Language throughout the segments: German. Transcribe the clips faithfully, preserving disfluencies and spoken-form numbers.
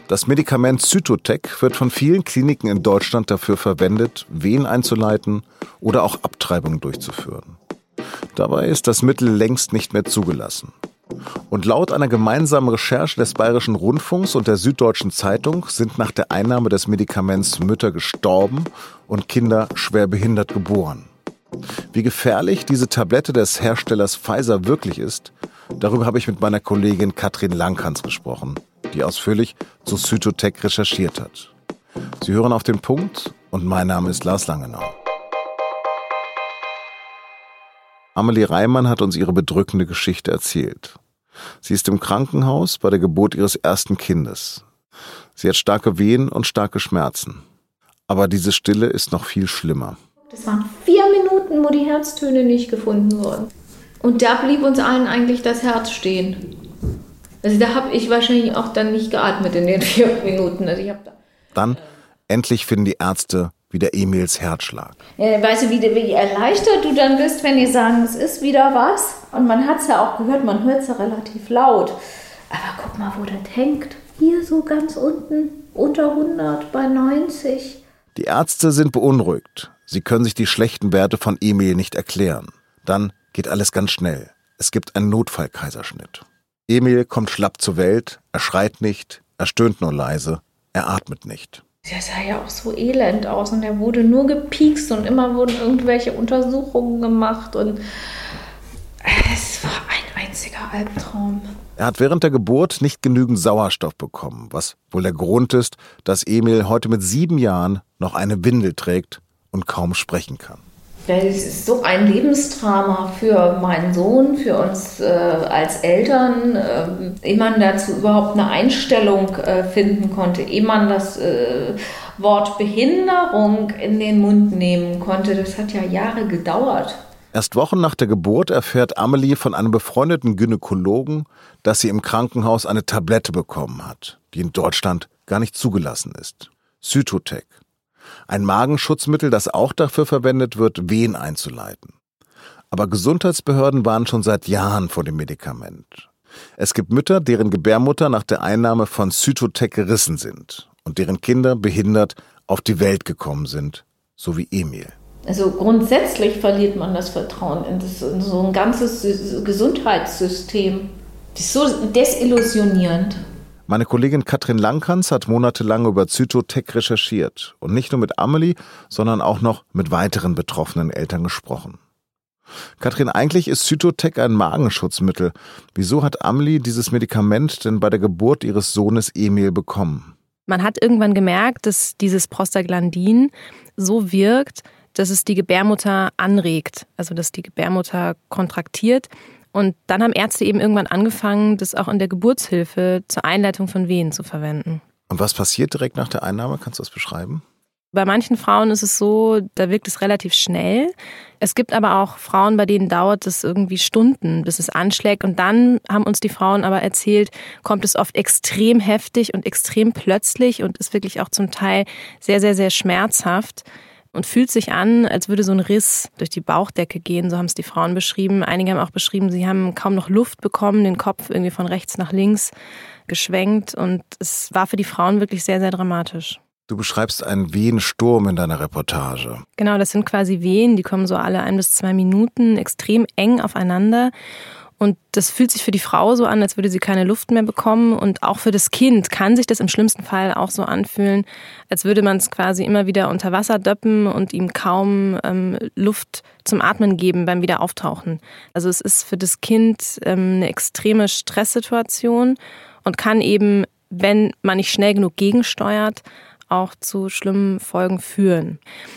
Das Medikament Cytotec wird von vielen Kliniken in Deutschland dafür verwendet, Wehen einzuleiten oder auch Abtreibungen durchzuführen. Dabei ist das Mittel längst nicht mehr zugelassen. Und laut einer gemeinsamen Recherche des Bayerischen Rundfunks und der Süddeutschen Zeitung sind nach der Einnahme des Medikaments Mütter gestorben und Kinder schwer behindert geboren. Wie gefährlich diese Tablette des Herstellers Pfizer wirklich ist, darüber habe ich mit meiner Kollegin Katrin Langhans gesprochen, die ausführlich zu Cytotec recherchiert hat. Sie hören auf den Punkt und mein Name ist Lars Langenau. Amelie Reimann hat uns ihre bedrückende Geschichte erzählt. Sie ist im Krankenhaus bei der Geburt ihres ersten Kindes. Sie hat starke Wehen und starke Schmerzen. Aber diese Stille ist noch viel schlimmer. Das waren vier Minuten, wo die Herztöne nicht gefunden wurden. Und da blieb uns allen eigentlich das Herz stehen. Also da habe ich wahrscheinlich auch dann nicht geatmet in den vier Minuten. Also ich hab da Dann endlich finden die Ärzte wieder Emils Herzschlag. Ja, weißt du, wie, wie erleichtert du dann bist, wenn die sagen, es ist wieder was? Und man hat es ja auch gehört, man hört es ja relativ laut. Aber guck mal, wo das hängt. Hier so ganz unten, unter hundert, bei neunzig. Die Ärzte sind beunruhigt. Sie können sich die schlechten Werte von Emil nicht erklären. Dann geht alles ganz schnell. Es gibt einen Notfallkaiserschnitt. Emil kommt schlapp zur Welt, er schreit nicht, er stöhnt nur leise, er atmet nicht. Der sah ja auch so elend aus und er wurde nur gepiekst und immer wurden irgendwelche Untersuchungen gemacht und es war ein einziger Albtraum. Er hat während der Geburt nicht genügend Sauerstoff bekommen, was wohl der Grund ist, dass Emil heute mit sieben Jahren noch eine Windel trägt und kaum sprechen kann. Das ist so ein Lebensdrama für meinen Sohn, für uns äh, als Eltern, äh, ehe man dazu überhaupt eine Einstellung äh, finden konnte, ehe man das äh, Wort Behinderung in den Mund nehmen konnte. Das hat ja Jahre gedauert. Erst Wochen nach der Geburt erfährt Amelie von einem befreundeten Gynäkologen, dass sie im Krankenhaus eine Tablette bekommen hat, die in Deutschland gar nicht zugelassen ist. Cytotec. Ein Magenschutzmittel, das auch dafür verwendet wird, Wehen einzuleiten. Aber Gesundheitsbehörden waren schon seit Jahren vor dem Medikament. Es gibt Mütter, deren Gebärmutter nach der Einnahme von Cytotec gerissen sind und deren Kinder behindert auf die Welt gekommen sind, so wie Emil. Also grundsätzlich verliert man das Vertrauen in, das, in so ein ganzes Gesundheitssystem. Das ist so desillusionierend. Meine Kollegin Katrin Langhans hat monatelang über Cytotec recherchiert und nicht nur mit Amelie, sondern auch noch mit weiteren betroffenen Eltern gesprochen. Katrin, eigentlich ist Cytotec ein Magenschutzmittel. Wieso hat Amelie dieses Medikament denn bei der Geburt ihres Sohnes Emil bekommen? Man hat irgendwann gemerkt, dass dieses Prostaglandin so wirkt, dass es die Gebärmutter anregt, also dass die Gebärmutter kontraktiert. Und dann haben Ärzte eben irgendwann angefangen, das auch in der Geburtshilfe zur Einleitung von Wehen zu verwenden. Und was passiert direkt nach der Einnahme? Kannst du das beschreiben? Bei manchen Frauen ist es so, da wirkt es relativ schnell. Es gibt aber auch Frauen, bei denen dauert es irgendwie Stunden, bis es anschlägt. Und dann haben uns die Frauen aber erzählt, kommt es oft extrem heftig und extrem plötzlich und ist wirklich auch zum Teil sehr, sehr, sehr schmerzhaft. Und fühlt sich an, als würde so ein Riss durch die Bauchdecke gehen, so haben es die Frauen beschrieben. Einige haben auch beschrieben, sie haben kaum noch Luft bekommen, den Kopf irgendwie von rechts nach links geschwenkt. Und es war für die Frauen wirklich sehr, sehr dramatisch. Du beschreibst einen Wehensturm in deiner Reportage. Genau, das sind quasi Wehen, die kommen so alle ein bis zwei Minuten extrem eng aufeinander. Und das fühlt sich für die Frau so an, als würde sie keine Luft mehr bekommen. Und auch für das Kind kann sich das im schlimmsten Fall auch so anfühlen, als würde man es quasi immer wieder unter Wasser döppen und ihm kaum ähm, Luft zum Atmen geben beim Wiederauftauchen. Also es ist für das Kind ähm, eine extreme Stresssituation und kann eben, wenn man nicht schnell genug gegensteuert, auch zu schlimmen Folgen führen.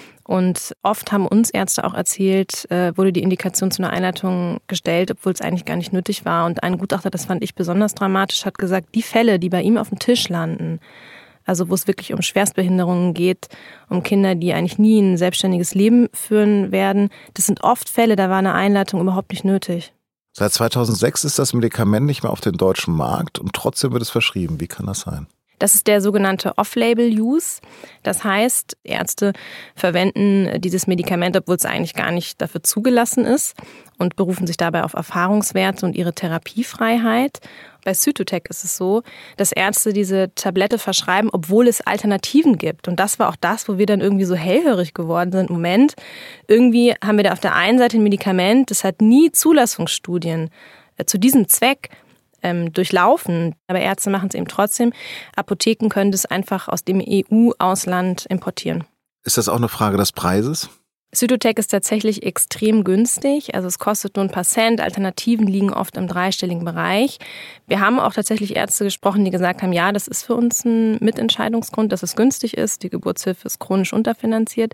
Und oft haben uns Ärzte auch erzählt, äh, wurde die Indikation zu einer Einleitung gestellt, obwohl es eigentlich gar nicht nötig war. Und ein Gutachter, das fand ich besonders dramatisch, hat gesagt, die Fälle, die bei ihm auf dem Tisch landen, also wo es wirklich um Schwerstbehinderungen geht, um Kinder, die eigentlich nie ein selbstständiges Leben führen werden, das sind oft Fälle, da war eine Einleitung überhaupt nicht nötig. Seit zweitausendsechs ist das Medikament nicht mehr auf dem deutschen Markt und trotzdem wird es verschrieben. Wie kann das sein? Das ist der sogenannte Off-Label-Use. Das heißt, Ärzte verwenden dieses Medikament, obwohl es eigentlich gar nicht dafür zugelassen ist und berufen sich dabei auf Erfahrungswerte und ihre Therapiefreiheit. bei Cytotec ist es so, dass Ärzte diese Tablette verschreiben, obwohl es Alternativen gibt. Und das war auch das, wo wir dann irgendwie so hellhörig geworden sind. Moment, irgendwie haben wir da auf der einen Seite ein Medikament, das hat nie Zulassungsstudien äh, zu diesem Zweck ähm, durchlaufen. Aber Ärzte machen es eben trotzdem. Apotheken können das einfach aus dem E U-Ausland importieren. Ist das auch eine Frage des Preises? Cytotec ist tatsächlich extrem günstig, also es kostet nur ein paar Cent, Alternativen liegen oft im dreistelligen Bereich. Wir haben auch tatsächlich Ärzte gesprochen, die gesagt haben, ja, das ist für uns ein Mitentscheidungsgrund, dass es günstig ist, die Geburtshilfe ist chronisch unterfinanziert.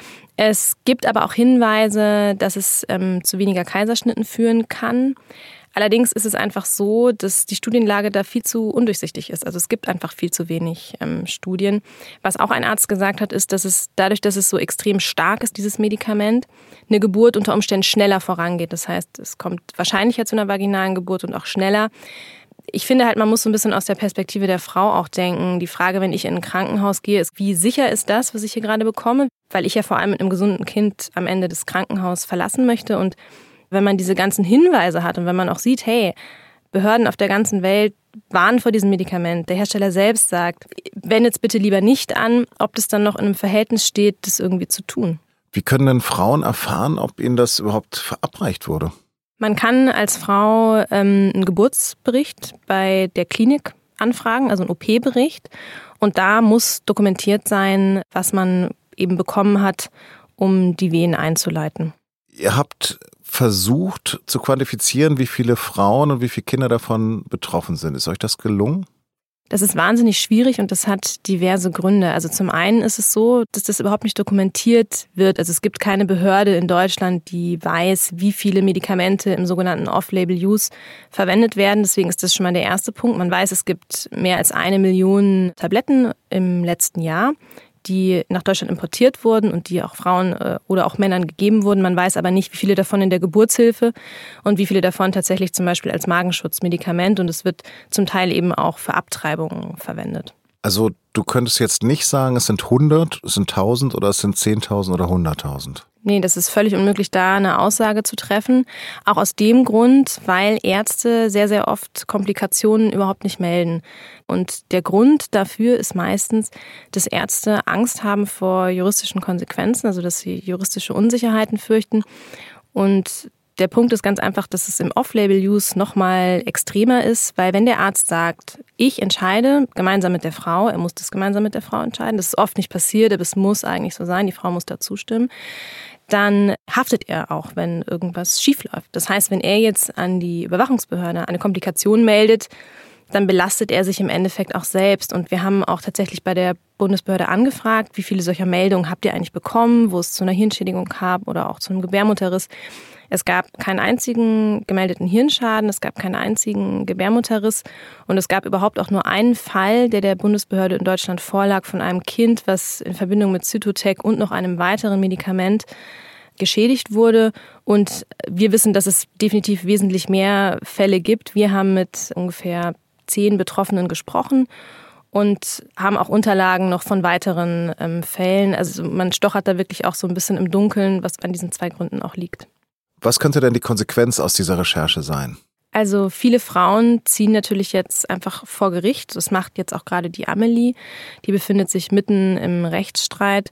Es gibt aber auch Hinweise, dass es ähm, zu weniger Kaiserschnitten führen kann. Allerdings ist es einfach so, dass die Studienlage da viel zu undurchsichtig ist. Also es gibt einfach viel zu wenig ähm, Studien. Was auch ein Arzt gesagt hat, ist, dass es dadurch, dass es so extrem stark ist, dieses Medikament, eine Geburt unter Umständen schneller vorangeht. Das heißt, es kommt wahrscheinlicher zu einer vaginalen Geburt und auch schneller. Ich finde halt, man muss so ein bisschen aus der Perspektive der Frau auch denken. Die Frage, wenn ich in ein Krankenhaus gehe, ist, wie sicher ist das, was ich hier gerade bekomme? Weil ich ja vor allem mit einem gesunden Kind am Ende das Krankenhaus verlassen möchte. Und wenn man diese ganzen Hinweise hat und wenn man auch sieht, hey, Behörden auf der ganzen Welt warnen vor diesem Medikament, der Hersteller selbst sagt, wendet es bitte lieber nicht an, ob das dann noch in einem Verhältnis steht, das irgendwie zu tun. Wie können denn Frauen erfahren, ob ihnen das überhaupt verabreicht wurde? Man kann als Frau ähm, einen Geburtsbericht bei der Klinik anfragen, also einen O P-Bericht. Und da muss dokumentiert sein, was man eben bekommen hat, um die Wehen einzuleiten. Ihr habt versucht zu quantifizieren, wie viele Frauen und wie viele Kinder davon betroffen sind. Ist euch das gelungen? Das ist wahnsinnig schwierig und das hat diverse Gründe. Also zum einen ist es so, dass das überhaupt nicht dokumentiert wird. Also es gibt keine Behörde in Deutschland, die weiß, wie viele Medikamente im sogenannten Off-Label-Use verwendet werden. Deswegen ist das schon mal der erste Punkt. Man weiß, es gibt mehr als eine Million Tabletten im letzten Jahr, die nach Deutschland importiert wurden und die auch Frauen oder auch Männern gegeben wurden. Man weiß aber nicht, wie viele davon in der Geburtshilfe und wie viele davon tatsächlich zum Beispiel als Magenschutzmedikament. Und es wird zum Teil eben auch für Abtreibungen verwendet. Also du könntest jetzt nicht sagen, es sind hundert, es sind tausend oder es sind zehntausend oder hunderttausend. Nee, das ist völlig unmöglich, da eine Aussage zu treffen. Auch aus dem Grund, weil Ärzte sehr, sehr oft Komplikationen überhaupt nicht melden. Und der Grund dafür ist meistens, dass Ärzte Angst haben vor juristischen Konsequenzen, also dass sie juristische Unsicherheiten fürchten. Und der Punkt ist ganz einfach, dass es im Off-Label-Use nochmal extremer ist, weil wenn der Arzt sagt, ich entscheide gemeinsam mit der Frau, er muss das gemeinsam mit der Frau entscheiden, das ist oft nicht passiert, aber es muss eigentlich so sein, die Frau muss da zustimmen, dann haftet er auch, wenn irgendwas schiefläuft. Das heißt, wenn er jetzt an die Überwachungsbehörde eine Komplikation meldet, dann belastet er sich im Endeffekt auch selbst. Und wir haben auch tatsächlich bei der Bundesbehörde angefragt, wie viele solcher Meldungen habt ihr eigentlich bekommen, wo es zu einer Hirnschädigung kam oder auch zu einem Gebärmutterriss. Es gab keinen einzigen gemeldeten Hirnschaden, es gab keinen einzigen Gebärmutterriss und es gab überhaupt auch nur einen Fall, der der Bundesbehörde in Deutschland vorlag, von einem Kind, was in Verbindung mit Cytotec und noch einem weiteren Medikament geschädigt wurde. Und wir wissen, dass es definitiv wesentlich mehr Fälle gibt. Wir haben mit ungefähr zehn Betroffenen gesprochen und haben auch Unterlagen noch von weiteren ähm, Fällen. Also man stochert da wirklich auch so ein bisschen im Dunkeln, was an diesen zwei Gründen auch liegt. Was könnte denn die Konsequenz aus dieser Recherche sein? Also viele Frauen ziehen natürlich jetzt einfach vor Gericht. Das macht jetzt auch gerade die Amelie. Die befindet sich mitten im Rechtsstreit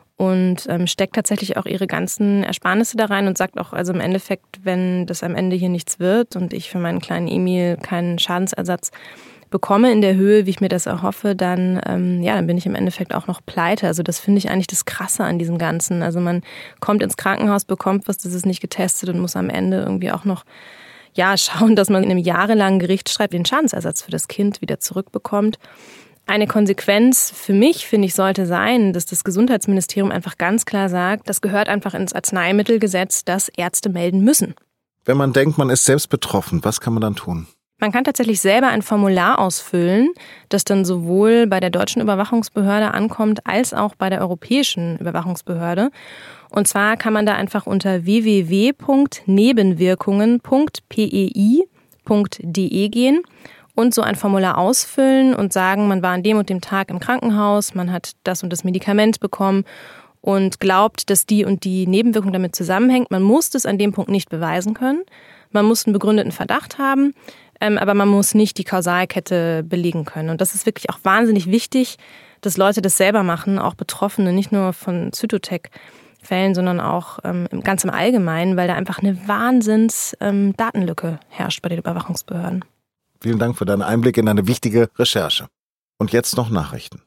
und ähm, steckt tatsächlich auch ihre ganzen Ersparnisse da rein und sagt auch, also im Endeffekt, wenn das am Ende hier nichts wird und ich für meinen kleinen Emil keinen Schadensersatz bekomme in der Höhe, wie ich mir das erhoffe, dann, ähm, ja, dann bin ich im Endeffekt auch noch pleite. Also das finde ich eigentlich das Krasse an diesem Ganzen. Also man kommt ins Krankenhaus, bekommt was, das ist nicht getestet und muss am Ende irgendwie auch noch ja, schauen, dass man in einem jahrelangen Gerichtsstreit den Schadensersatz für das Kind wieder zurückbekommt. Eine Konsequenz für mich, finde ich, sollte sein, dass das Gesundheitsministerium einfach ganz klar sagt, das gehört einfach ins Arzneimittelgesetz, dass Ärzte melden müssen. Wenn man denkt, man ist selbst betroffen, was kann man dann tun? Man kann tatsächlich selber ein Formular ausfüllen, das dann sowohl bei der deutschen Überwachungsbehörde ankommt, als auch bei der europäischen Überwachungsbehörde. Und zwar kann man da einfach unter w w w punkt nebenwirkungen punkt p e i punkt d e gehen und so ein Formular ausfüllen und sagen, man war an dem und dem Tag im Krankenhaus, man hat das und das Medikament bekommen und glaubt, dass die und die Nebenwirkung damit zusammenhängt. Man muss das an dem Punkt nicht beweisen können, Man muss einen begründeten Verdacht haben, ähm, aber man muss nicht die Kausalkette belegen können. Und das ist wirklich auch wahnsinnig wichtig, dass Leute das selber machen, auch Betroffene, nicht nur von Zytotec-Fällen, sondern auch ähm, ganz im Allgemeinen, weil da einfach eine Wahnsinns-Datenlücke ähm, herrscht bei den Überwachungsbehörden. Vielen Dank für deinen Einblick in eine wichtige Recherche. Und jetzt noch Nachrichten.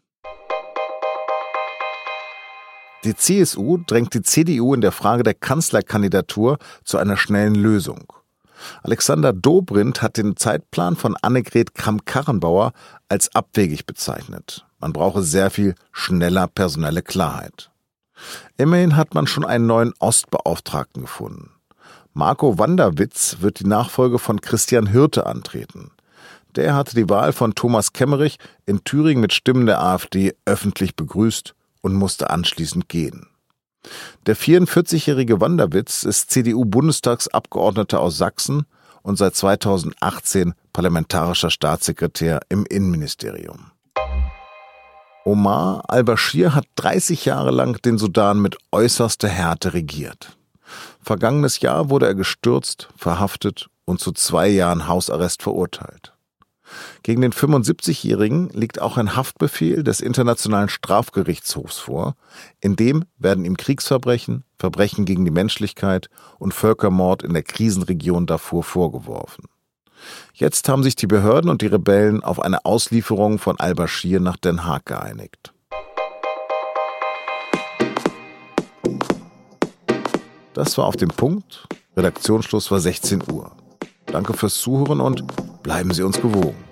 Die C S U drängt die C D U in der Frage der Kanzlerkandidatur zu einer schnellen Lösung. Alexander Dobrindt hat den Zeitplan von Annegret Kramp-Karrenbauer als abwegig bezeichnet. Man brauche sehr viel schneller personelle Klarheit. Immerhin hat man schon einen neuen Ostbeauftragten gefunden. Marco Wanderwitz wird die Nachfolge von Christian Hirte antreten. Der hatte die Wahl von Thomas Kemmerich in Thüringen mit Stimmen der AfD öffentlich begrüßt und musste anschließend gehen. Der vierundvierzigjährige Wanderwitz ist C D U-Bundestagsabgeordneter aus Sachsen und seit zweitausendachtzehn parlamentarischer Staatssekretär im Innenministerium. Omar al-Bashir hat dreißig Jahre lang den Sudan mit äußerster Härte regiert. Vergangenes Jahr wurde er gestürzt, verhaftet und zu zwei Jahren Hausarrest verurteilt. Gegen den fünfundsiebzigjährigen liegt auch ein Haftbefehl des Internationalen Strafgerichtshofs vor. In dem werden ihm Kriegsverbrechen, Verbrechen gegen die Menschlichkeit und Völkermord in der Krisenregion Darfur vorgeworfen. Jetzt haben sich die Behörden und die Rebellen auf eine Auslieferung von al-Bashir nach Den Haag geeinigt. Das war auf dem Punkt. Redaktionsschluss war sechzehn Uhr. Danke fürs Zuhören und bleiben Sie uns gewogen.